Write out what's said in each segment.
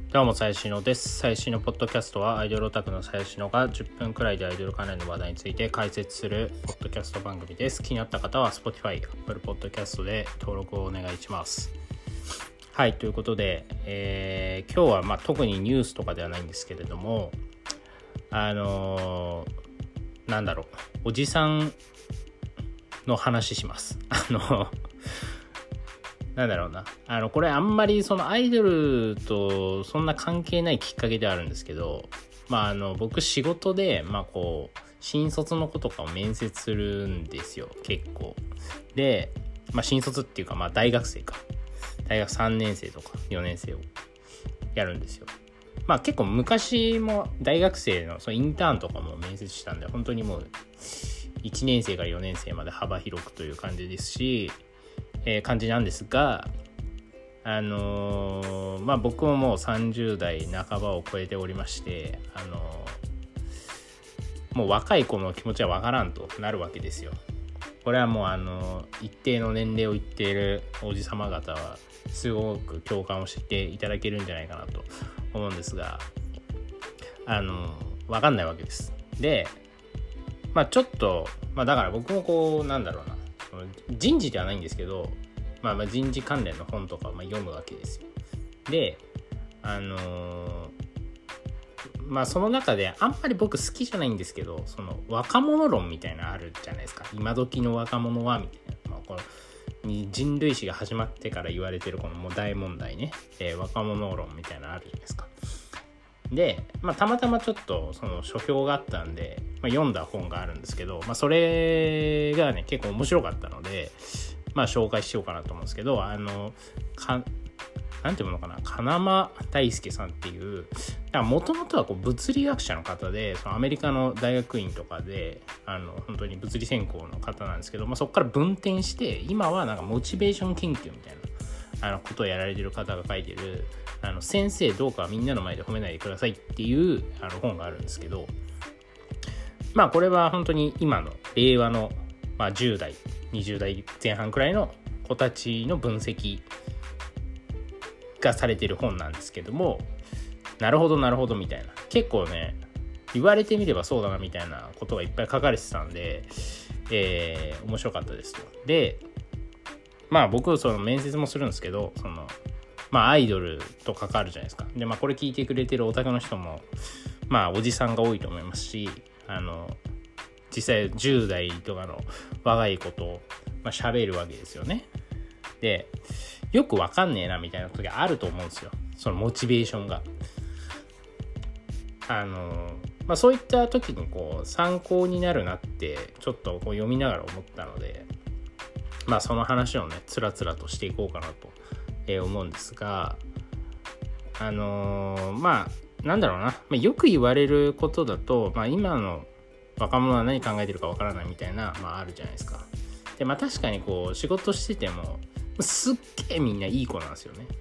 どうも、最新のです。最新のポッドキャストはアイドルオタクの最新のが10分くらいでアイドル関連の話題について解説するポッドキャスト番組です。気になった方は Spotify、Apple Podcast で登録をお願いします。はい、ということで、今日は特にニュースとかではないんですけれども、おじさんの話します。これあんまりそのアイドルとそんな関係ないきっかけではあるんですけど、僕仕事で新卒の子とかを面接するんですよ、結構。で、新卒っていうか大学生か、大学3年生とか4年生をやるんですよ。結構昔も大学生のそのインターンとかも面接したんで、本当にもう1年生から4年生まで幅広くという感じですし、感じなんですが、僕ももう30代半ばを超えておりまして、もう若い子の気持ちはわからんとなるわけですよ。これはもう一定の年齢を言っているおじさま方はすごく共感をしていただけるんじゃないかなと思うんですが、わかんないわけです。で、ちょっとだから僕も人事ではないんですけど、人事関連の本とかを読むわけですよ。で、その中であんまり僕好きじゃないんですけど、その若者論みたいなのあるじゃないですか。今時の若者はみたいな、この人類史が始まってから言われてるこのもう大問題ね、若者論みたいなのあるじゃないですか。で、たまたまちょっとその書評があったんで、読んだ本があるんですけど、それがね結構面白かったので、紹介しようかなと思うんですけど、なんていうのかな、金間大輔さんっていう、もともとは物理学者の方で、そのアメリカの大学院とかで本当に物理専攻の方なんですけど、そこから分転して今はモチベーション研究みたいなことをやられてる方が書いてる先生どうかみんなの前で褒めないでくださいっていう本があるんですけど、これは本当に今の令和の10代20代前半くらいの子たちの分析がされてる本なんですけども、なるほどみたいな、結構ね言われてみればそうだなみたいなことがいっぱい書かれてたんで、面白かったですと。で、僕その面接もするんですけど、そのアイドルと関わるじゃないですか。で、これ聞いてくれてるオタクの人もおじさんが多いと思いますし、実際10代とかの若い子と喋るわけですよね。で、よくわかんねえなみたいな時あると思うんですよ、そのモチベーションが。そういった時に参考になるなってちょっと読みながら思ったので、その話をねつらつらとしていこうかなと思うんですが、よく言われることだと、今の若者は何考えてるかわからないみたいな、あるじゃないですか。で、確かに仕事しててもすっげえみんないい子なんですよね。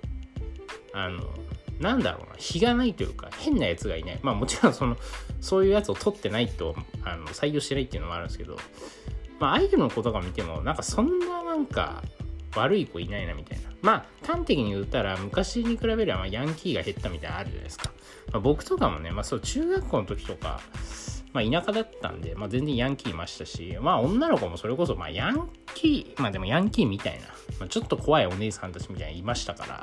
日がないというか変なやつがいない。もちろんそういうやつを取ってないと採用してないっていうのもあるんですけど、アイドルの子とか見てもそんな悪い子いないなみたいな。端的に言ったら昔に比べればヤンキーが減ったみたいなのあるじゃないですか。僕とかもね、中学校の時とか田舎だったんで、全然ヤンキーいましたし、女の子もそれこそヤンキー、でもヤンキーみたいな、ちょっと怖いお姉さんたちみたいないましたから、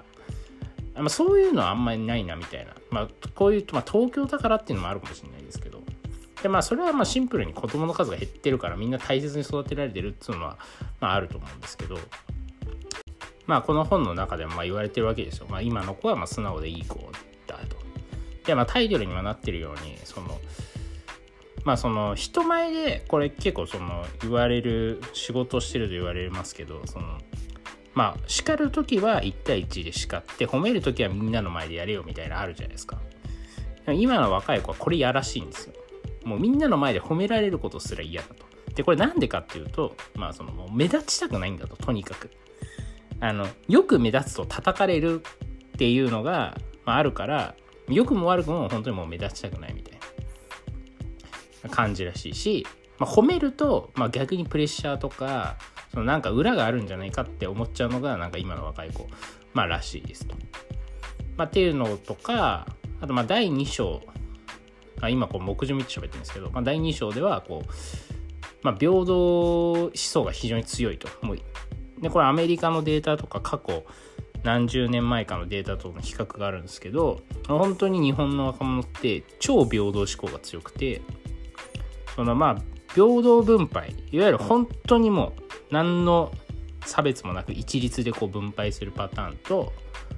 そういうのはあんまりないなみたいな。こういう、東京だからっていうのもあるかもしれないですけど、でそれはシンプルに子供の数が減ってるからみんな大切に育てられてるっていうのはあると思うんですけど、この本の中でも言われてるわけですよ。今の子は素直でいい子だと。で、タイトルにはなってるように、その人前でこれ結構言われる、仕事をしてると言われますけど、叱るときは1対1で叱って、褒めるときはみんなの前でやれよみたいなのあるじゃないですか。今の若い子はこれやらしいんですよ。もうみんなの前で褒められることすら嫌だと。で、これなんでかっていうと、もう目立ちたくないんだと、とにかく。よく目立つと叩かれるっていうのが、あるから、良くも悪くも本当にもう目立ちたくないみたいな感じらしいし、褒めると、逆にプレッシャーとか、裏があるんじゃないかって思っちゃうのが今の若い子、らしいですと。 っていうのとか、あと第2章、今こう目次見て喋ってるんですけど、第2章ではこう、平等思想が非常に強いと。でこれアメリカのデータとか過去何十年前かのデータとの比較があるんですけど、本当に日本の若者って超平等思考が強くて、平等分配、いわゆる本当にもう何の差別もなく一律でこう分配するパターンと、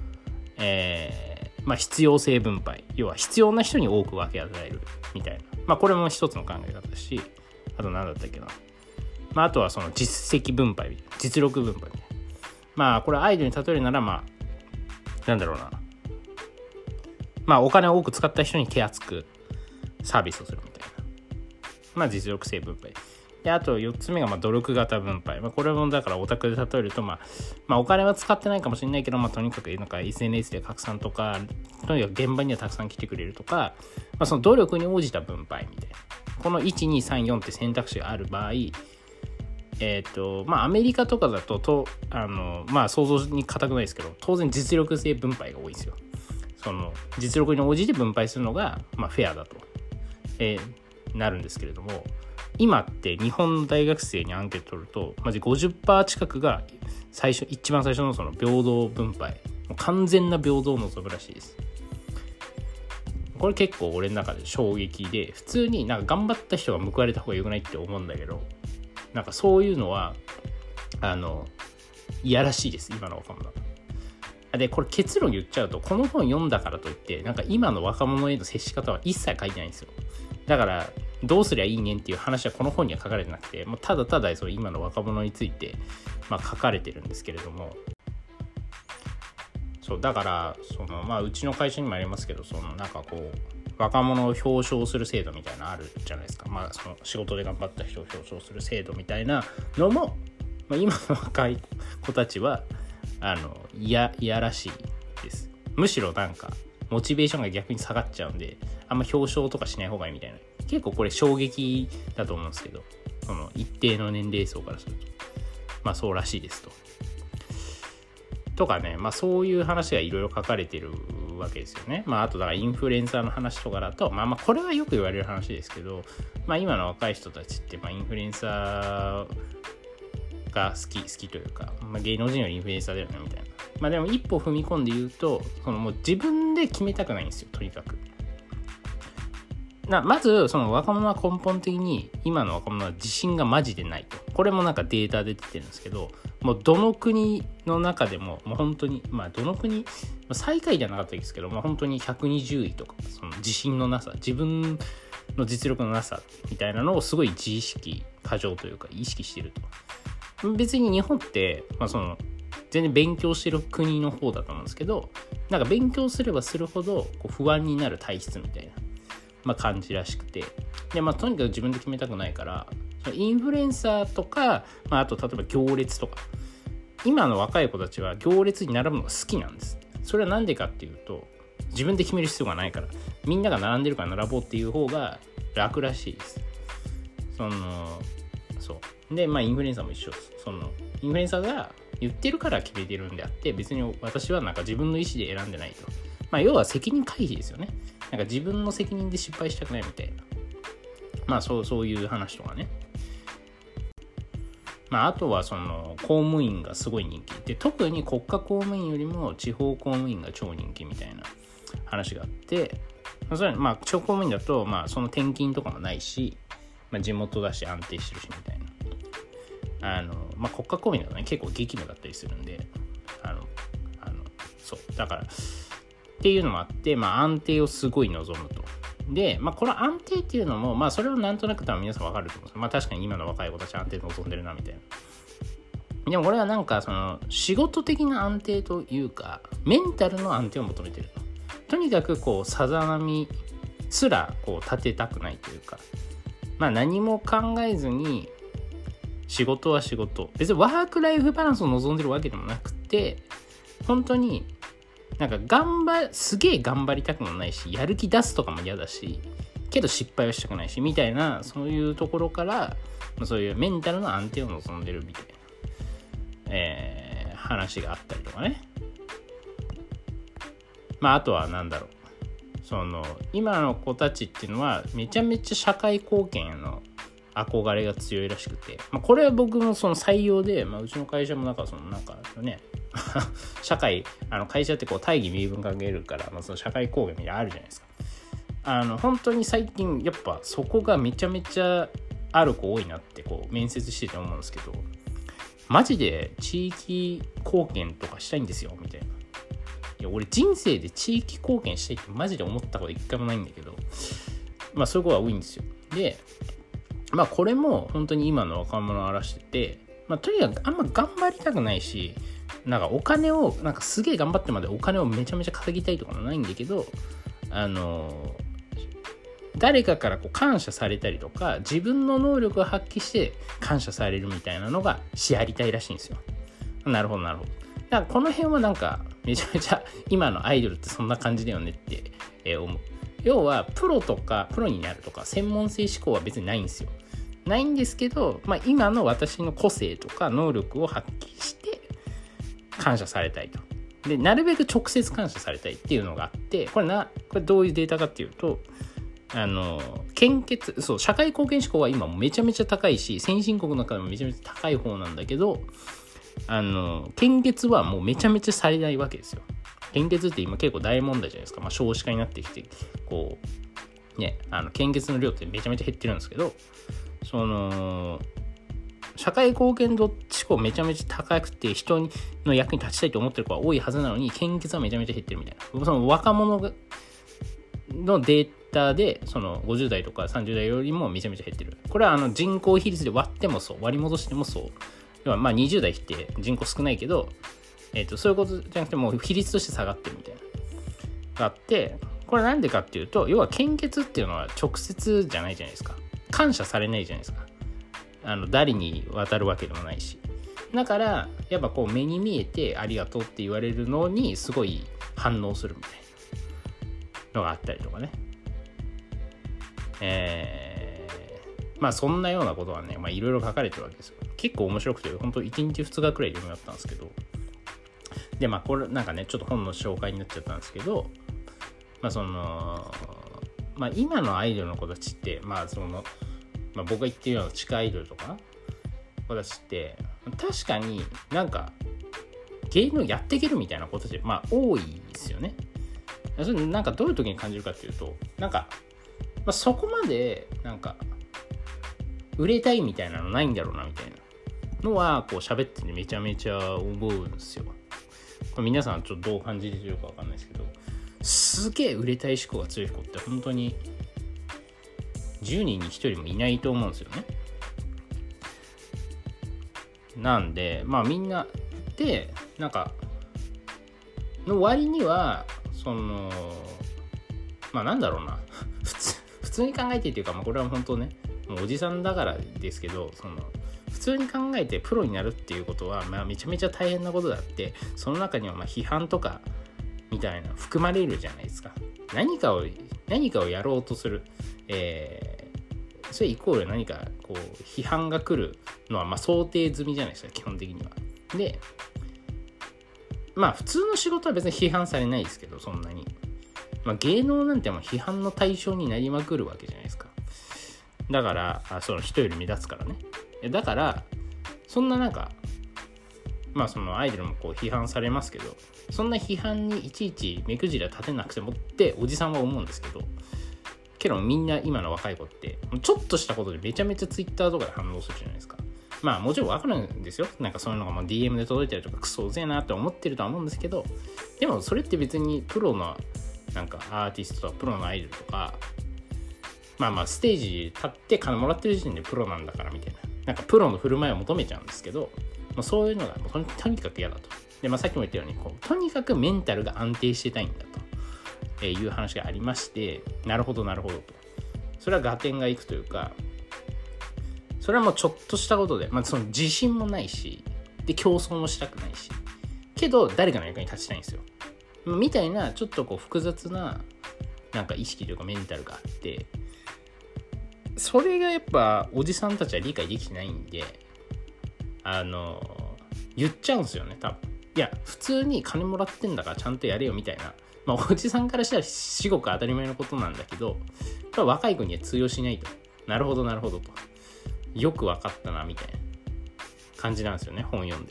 必要性分配、要は必要な人に多く分け与えるみたいな、これも一つの考え方だし、あと何だったっけな、あとはその実績分配、実力分配みたいな、これアイドルに例えるならなんだろうな、お金を多く使った人に手厚くサービスをするみたいな、実力性分配で、あと4つ目が努力型分配、これもだからオタクで例えると、お金は使ってないかもしれないけど、とにかくなんか SNS で拡散とか、とにかく現場にはたくさん来てくれるとか、その努力に応じた分配みたいな、この 1,2,3,4 って選択肢がある場合、アメリカとかだと想像に難くないですけど、当然実力性分配が多いんですよ。その実力に応じて分配するのがフェアだと、なるんですけれども、今って日本の大学生にアンケート取るとマジ 50% 近くが一番最初のその平等分配、もう完全な平等を望むらしいです。これ結構俺の中で衝撃で、普通になんか頑張った人が報われた方が良くないって思うんだけど、なんかそういうのはいやらしいです、今の若者は。でこれ結論言っちゃうと、この本読んだからといってなんか今の若者への接し方は一切書いてないんですよ。だからどうすりゃいいねんっていう話はこの本には書かれてなくて、もうただただその今の若者について書かれてるんですけれども、そうだからうちの会社にもありますけど、なんかこう若者を表彰する制度みたいなのあるじゃないですか。その仕事で頑張った人を表彰する制度みたいなのも、今の若い子たちはいやらしいです。むしろなんかモチベーションが逆に下がっちゃうんで、あんま表彰とかしない方がいいみたいな、結構これ衝撃だと思うんですけど、その一定の年齢層からするとそうらしいですとかね、そういう話がいろいろ書かれてるわけですよね。あとだからインフルエンサーの話とかだと、これはよく言われる話ですけど、今の若い人たちってインフルエンサーが好きというか、芸能人よりインフルエンサーだよねみたいな。でも一歩踏み込んで言うと、もう自分で決めたくないんですよ、とにかく。まずその若者は根本的に今の若者は自信がマジでないと。これもなんかデータで出てるんですけど、もうどの国の中でももう本当にどの国最下位じゃなかったですけど、本当に120位とか、その自信のなさ、自分の実力のなさみたいなのをすごい自意識過剰というか意識してると。別に日本って全然勉強してる国の方だと思うんですけど、なんか勉強すればするほどこう不安になる体質みたいな感じらしくて、でとにかく自分で決めたくないから、インフルエンサーとか、あと例えば行列とか、今の若い子たちは行列に並ぶのが好きなんです。それはなんでかっていうと、自分で決める必要がないから、みんなが並んでるから並ぼうっていう方が楽らしいです。そうで、インフルエンサーも一緒です。インフルエンサーが言ってるから決めてるんであって、別に私はなんか自分の意思で選んでないと。要は責任回避ですよね。なんか自分の責任で失敗したくないみたいな。そういう話とかね。あとは公務員がすごい人気で、特に国家公務員よりも地方公務員が超人気みたいな話があって、それ地方公務員だとその転勤とかもないし、地元だし安定してるしみたいな。国家公務員だとね結構激務だったりするんで、そうだからっていうのもあって、安定をすごい望むと。で、この安定っていうのも、それはなんとなく多分皆さん分かると思うんですよ。確かに今の若い子たち安定望んでるなみたいな。でもこれはなんか仕事的な安定というか、メンタルの安定を求めてると。とにかくさざ波すら立てたくないというか、何も考えずに仕事は仕事、別にワークライフバランスを望んでるわけでもなくて、本当になんかすげえ頑張りたくもないし、やる気出すとかも嫌だし、けど失敗はしたくないしみたいな、そういうところからそういうメンタルの安定を望んでるみたいな、話があったりとかね。 あとはなんだろう、今の子たちっていうのはめちゃめちゃ社会貢献への憧れが強いらしくて、これは僕もその採用で、うちの会社もなんかね社会会社ってこう大義名分掲げるから、その社会貢献みたいなのあるじゃないですか。本当に最近やっぱそこがめちゃめちゃある子多いなってこう面接してて思うんですけど、マジで地域貢献とかしたいんですよみたいな。いや俺人生で地域貢献したいってマジで思ったこと一回もないんだけど、そういう子が多いんですよ。でこれも本当に今の若者を荒らしてて、とにかくあんま頑張りたくないし、なんかお金をなんかすげえ頑張ってまでお金をめちゃめちゃ稼ぎたいとかもないんだけど、誰かからこう感謝されたりとか、自分の能力を発揮して感謝されるみたいなのがやりたいらしいんですよ。なるほどなるほど。だからこの辺はなんかめちゃめちゃ今のアイドルってそんな感じだよねって思う。要はプロになるとか専門性思考は別にないんですよ。ないんですけど、今の私の個性とか能力を発揮して感謝されたいと。でなるべく直接感謝されたいっていうのがあって、これどういうデータかっていうと、社会貢献志向は今めちゃめちゃ高いし、先進国の中でもめちゃめちゃ高い方なんだけど、献血はもうめちゃめちゃされないわけですよ。献血って今結構大問題じゃないですか。少子化になってきて、こうね、献血の量ってめちゃめちゃ減ってるんですけど、社会貢献度志向めちゃめちゃ高くて人の役に立ちたいと思ってる子は多いはずなのに、献血はめちゃめちゃ減ってるみたいな。その若者のデータでその50代とか30代よりもめちゃめちゃ減ってる。これは人口比率で割ってもそう、割り戻してもそう。要は20代って人口少ないけど、そういうことじゃなくてもう比率として下がってるみたいながあって、これなんでかっていうと、要は献血っていうのは直接じゃないじゃないですか。感謝されないじゃないですか。誰に渡るわけでもないし。だからやっぱこう目に見えてありがとうって言われるのにすごい反応するみたいなのがあったりとかね。そんなようなことはね、いろいろ書かれてるわけですよ。結構面白くて、本当1日2日くらいで読み終わったんですけど、でこれなんかねちょっと本の紹介になっちゃったんですけど、今のアイドルの子たちって、僕が言ってるような地下アイドルとか子たちって確かになんか芸能やっていけるみたいな子たち多いですよね。それなんかどういう時に感じるかっていうと、なんか、そこまでなんか売れたいみたいなのないんだろうなみたいなのはこう喋っててめちゃめちゃ思うんですよ。皆さんちょっとどう感じてるかわかんないですけど、すげえ売れたい思考が強い子って本当に10人に1人もいないと思うんですよね。なんでみんなでなんかの割にはなんだろうな普通に考えてっていうか、これは本当ねもうおじさんだからですけど、普通に考えてプロになるっていうことはめちゃめちゃ大変なことだって、その中には批判とかみたいな含まれるじゃないですか。何かをやろうとする、それイコール何かこう批判が来るのは想定済みじゃないですか、基本的には。で普通の仕事は別に批判されないですけど、そんなに芸能なんて批判の対象になりまくるわけじゃないですか。だからその人より目立つからね。だからそんななんかそのアイドルもこう批判されますけど、そんな批判にいちいち目くじら立てなくてもっておじさんは思うんですけどみんな今の若い子ってちょっとしたことでめちゃめちゃツイッターとかで反応するじゃないですか。もちろん分かるんですよ。なんかそういうのがDM で届いたりとかクソうぜえなって思ってるとは思うんですけど、でもそれって別にプロのなんかアーティストとかプロのアイドルとかステージ立って金もらってる時点でプロなんだからみたいな、なんかプロの振る舞いを求めちゃうんですけど、そういうのがとにかく嫌だと。でさっきも言ったようにとにかくメンタルが安定してたいんだという話がありまして、なるほどと。それは合点がいくというか、それはもうちょっとしたことで、その自信もないし、で競争もしたくないし、けど誰かの役に立ちたいんですよみたいな、ちょっと複雑ななんか意識というかメンタルがあって、それがやっぱおじさんたちは理解できてないんで、言っちゃうんですよね多分。いや普通に金もらってんだからちゃんとやれよみたいな、 まあおじさんからしたら至極当たり前のことなんだけど、これは若い子には通用しないと。なるほどなるほどと、よく分かったなみたいな感じなんですよね、本読んで。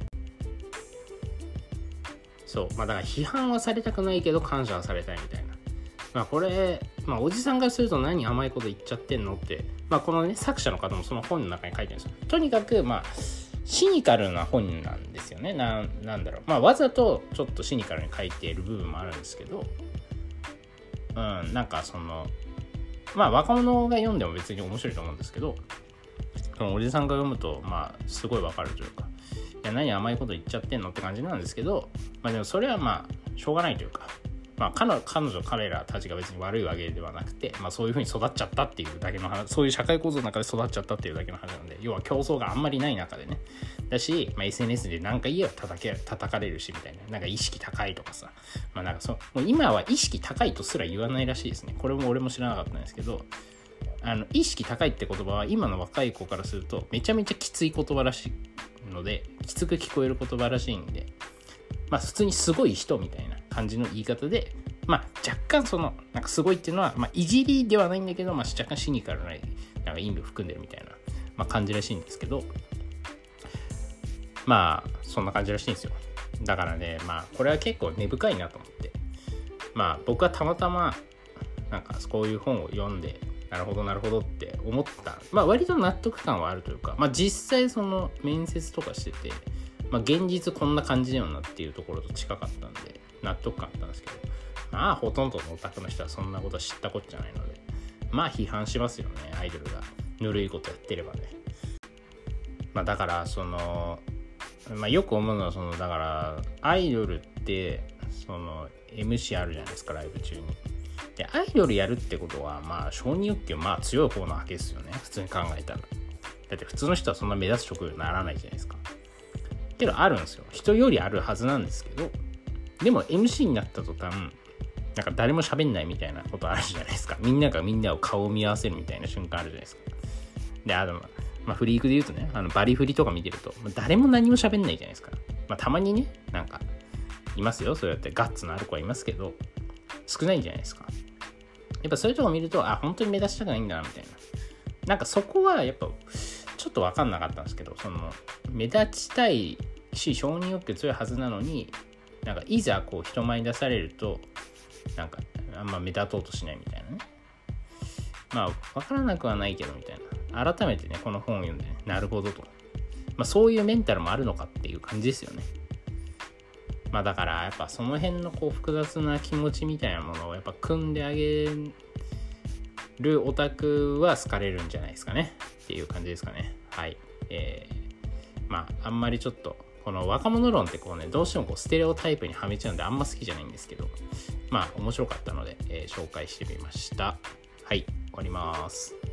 そう、まあだから批判はされたくないけど感謝はされたいみたいな。まあこれ、まあおじさんからすると何甘いこと言っちゃってんのって、まあこのね作者の方もその本の中に書いてるんですよ。とにかくまあシニカルな本なんですよね。なんだろう、まあわざとちょっとシニカルに書いている部分もあるんですけど、なんかそのまあ若者が読んでも別に面白いと思うんですけど、そのおじさんが読むとまあすごいわかるというか、いや何甘いこと言っちゃってんのって感じなんですけど、まあでもそれはまあしょうがないというか、まあ彼らたちが別に悪いわけではなくて、まあそういう風に育っちゃったっていうだけの話、そういう社会構造の中で育っちゃったっていうだけの話なんで、要は競争があんまりない中でね、だし、まあ、SNS で何か言えば叩かれるしみたいな、なんか意識高いとかさ、まあなんかもう今は意識高いとすら言わないらしいですね。これも俺も知らなかったんですけど、意識高いって言葉は今の若い子からするとめちゃめちゃきつい言葉らしいので、きつく聞こえる言葉らしいんで、まあ普通にすごい人みたいな感じの言い方で、まあ若干そのなんかすごいっていうのは、まあいじりではないんだけど、まあ若干シニカルななんか意味を含んでるみたいな、まあ、感じらしいんですけど、まあそんな感じらしいんですよ。だからね、まあこれは結構根深いなと思って、まあ僕はたまたまなんかこういう本を読んで、なるほどなるほどって思った、まあ割と納得感はあるというか、まあ実際その面接とかしてて、まあ現実こんな感じだよなっていうところと近かったんで納得感あったんですけど、まあほとんどのオタクの人はそんなことは知ったこっちゃないので、まあ批判しますよね、アイドルがぬるいことやってればね。まあだからそのまあよく思うのは、そのだからアイドルってその MC あるじゃないですか、ライブ中に。でアイドルやるってことはまあ承認欲求まあ強い方なわけですよね、普通に考えたら。だって普通の人はそんな目立つ職業にならないじゃないですか。けどあるんですよ、人よりあるはずなんですけど、でも MC になった途端なんか誰も喋んないみたいなことあるじゃないですか。みんながみんなを顔を見合わせるみたいな瞬間あるじゃないですか。でまあフリークで言うとね、バリフリとか見てると誰も何も喋んないじゃないですか。まあたまにね、なんかいますよ、そうやってガッツのある子はいますけど、少ないんじゃないですか。やっぱそういうとこ見ると、あ、本当に目立ちたくないんだなみたいな。なんかそこはやっぱちょっと分かんなかったんですけど、その目立ちたいし承認欲求強いはずなのに、なんかいざこう人前に出されるとなんかあんま目立とうとしないみたいなね。まあ分からなくはないけどみたいな。改めてねこの本を読んで、ね、なるほどと。まあそういうメンタルもあるのかっていう感じですよね。まあだからやっぱその辺のこう複雑な気持ちみたいなものをやっぱ組んであげるオタクは好かれるんじゃないですかねっていう感じですかね。はい。まああんまりちょっとこの若者論ってこうね、どうしてもこうステレオタイプにはめちゃうんであんま好きじゃないんですけど、まあ面白かったので、紹介してみました。はい、終わります。